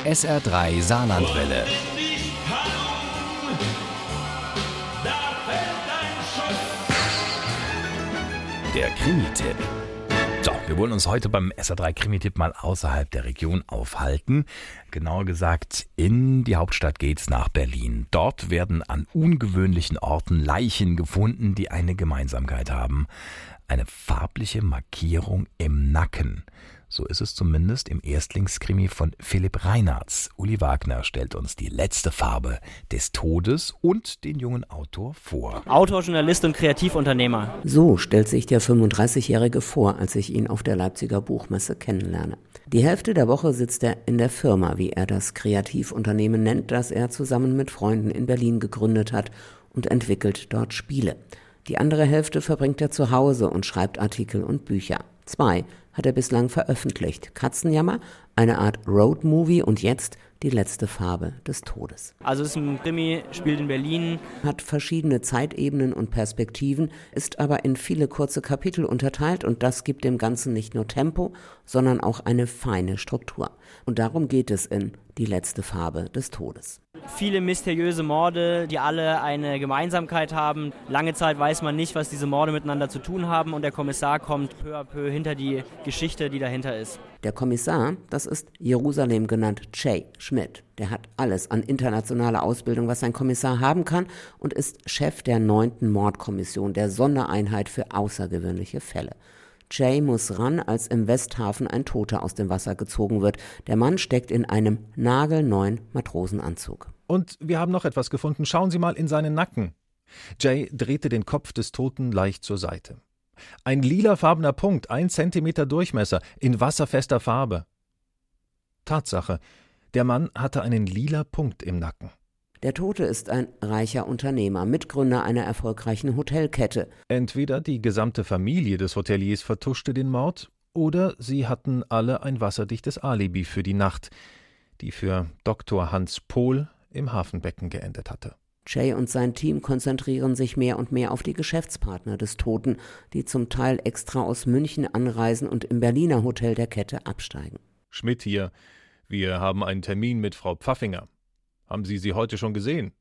SR3 Saarlandwelle. Der Krimi-Tipp. So, wir wollen uns heute beim SR3 Krimi-Tipp mal außerhalb der Region aufhalten. Genauer gesagt, in die Hauptstadt geht's nach Berlin. Dort werden an ungewöhnlichen Orten Leichen gefunden, die eine Gemeinsamkeit haben. Eine farbliche Markierung im Nacken. So ist es zumindest im Erstlingskrimi von Philipp Reinartz. Uli Wagner stellt uns die letzte Farbe des Todes und den jungen Autor vor. Autor, Journalist und Kreativunternehmer. So stellt sich der 35-Jährige vor, als ich ihn auf der Leipziger Buchmesse kennenlerne. Die Hälfte der Woche sitzt er in der Firma, wie er das Kreativunternehmen nennt, das er zusammen mit Freunden in Berlin gegründet hat, und entwickelt dort Spiele. Die andere Hälfte verbringt er zu Hause und schreibt Artikel und Bücher. 2 hat er bislang veröffentlicht. Katzenjammer, eine Art Roadmovie und jetzt die letzte Farbe des Todes. Also es ist ein Krimi, spielt in Berlin. Hat verschiedene Zeitebenen und Perspektiven, ist aber in viele kurze Kapitel unterteilt und das gibt dem Ganzen nicht nur Tempo, sondern auch eine feine Struktur. Und darum geht es in Die letzte Farbe des Todes. Viele mysteriöse Morde, die alle eine Gemeinsamkeit haben. Lange Zeit weiß man nicht, was diese Morde miteinander zu tun haben und der Kommissar kommt peu à peu hinter die Geschichte, die dahinter ist. Der Kommissar, das ist Jerusalem genannt, Jay Schmidt. Der hat alles an internationaler Ausbildung, was ein Kommissar haben kann und ist Chef der 9. Mordkommission, der Sondereinheit für außergewöhnliche Fälle. Jay muss ran, als im Westhafen ein Toter aus dem Wasser gezogen wird. Der Mann steckt in einem nagelneuen Matrosenanzug. Und wir haben noch etwas gefunden. Schauen Sie mal in seinen Nacken. Jay drehte den Kopf des Toten leicht zur Seite. Ein lilafarbener Punkt, 1 Zentimeter Durchmesser, in wasserfester Farbe. Tatsache, der Mann hatte einen lila Punkt im Nacken. Der Tote ist ein reicher Unternehmer, Mitgründer einer erfolgreichen Hotelkette. Entweder die gesamte Familie des Hoteliers vertuschte den Mord, oder sie hatten alle ein wasserdichtes Alibi für die Nacht, die für Dr. Hans Pohl im Hafenbecken geendet hatte. Jay und sein Team konzentrieren sich mehr und mehr auf die Geschäftspartner des Toten, die zum Teil extra aus München anreisen und im Berliner Hotel der Kette absteigen. Schmidt hier, wir haben einen Termin mit Frau Pfaffinger. Haben Sie sie heute schon gesehen?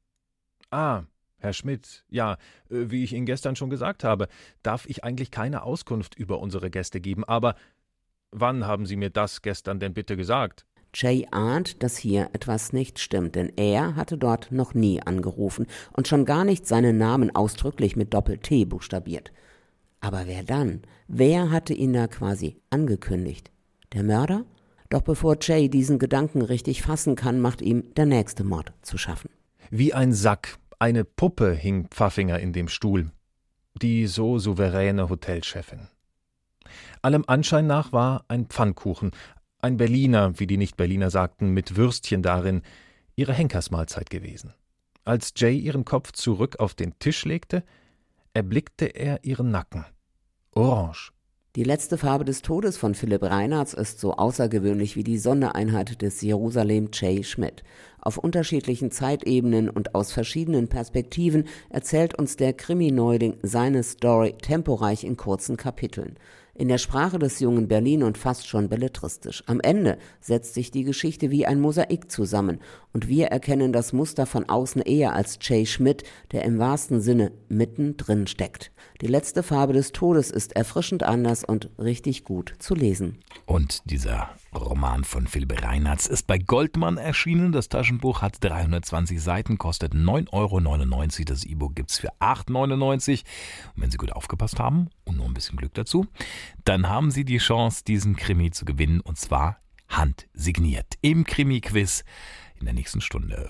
Ah, Herr Schmidt, ja, wie ich Ihnen gestern schon gesagt habe, darf ich eigentlich keine Auskunft über unsere Gäste geben, aber wann haben Sie mir das gestern denn bitte gesagt? Jay ahnt, dass hier etwas nicht stimmt, denn er hatte dort noch nie angerufen und schon gar nicht seinen Namen ausdrücklich mit Doppel-T buchstabiert. Aber wer dann? Wer hatte ihn da quasi angekündigt? Der Mörder? Doch bevor Jay diesen Gedanken richtig fassen kann, macht ihm der nächste Mord zu schaffen. Wie ein Sack, eine Puppe hing Pfaffinger in dem Stuhl. Die so souveräne Hotelchefin. Allem Anschein nach war ein Pfannkuchen, ein Berliner, wie die Nicht-Berliner sagten, mit Würstchen darin, ihre Henkersmahlzeit gewesen. Als Jay ihren Kopf zurück auf den Tisch legte, erblickte er ihren Nacken. Orange. Die letzte Farbe des Todes von Philipp Reinartz ist so außergewöhnlich wie die Sondereinheit des Jerusalem Jay Schmidt. Auf unterschiedlichen Zeitebenen und aus verschiedenen Perspektiven erzählt uns der Krimi-Neuling seine Story temporeich in kurzen Kapiteln. In der Sprache des jungen Berlin und fast schon belletristisch. Am Ende setzt sich die Geschichte wie ein Mosaik zusammen und wir erkennen das Muster von außen eher als Jay Schmidt, der im wahrsten Sinne mittendrin steckt. Die letzte Farbe des Todes ist erfrischend anders und richtig gut zu lesen. Und dieser Roman von Philipp Reinartz ist bei Goldmann erschienen. Das Taschenbuch hat 320 Seiten, kostet 9,99 €. Das E-Book gibt es für 8,99 €. Und wenn Sie gut aufgepasst haben und nur ein bisschen Glück dazu, dann haben Sie die Chance, diesen Krimi zu gewinnen, und zwar handsigniert im Krimi-Quiz in der nächsten Stunde.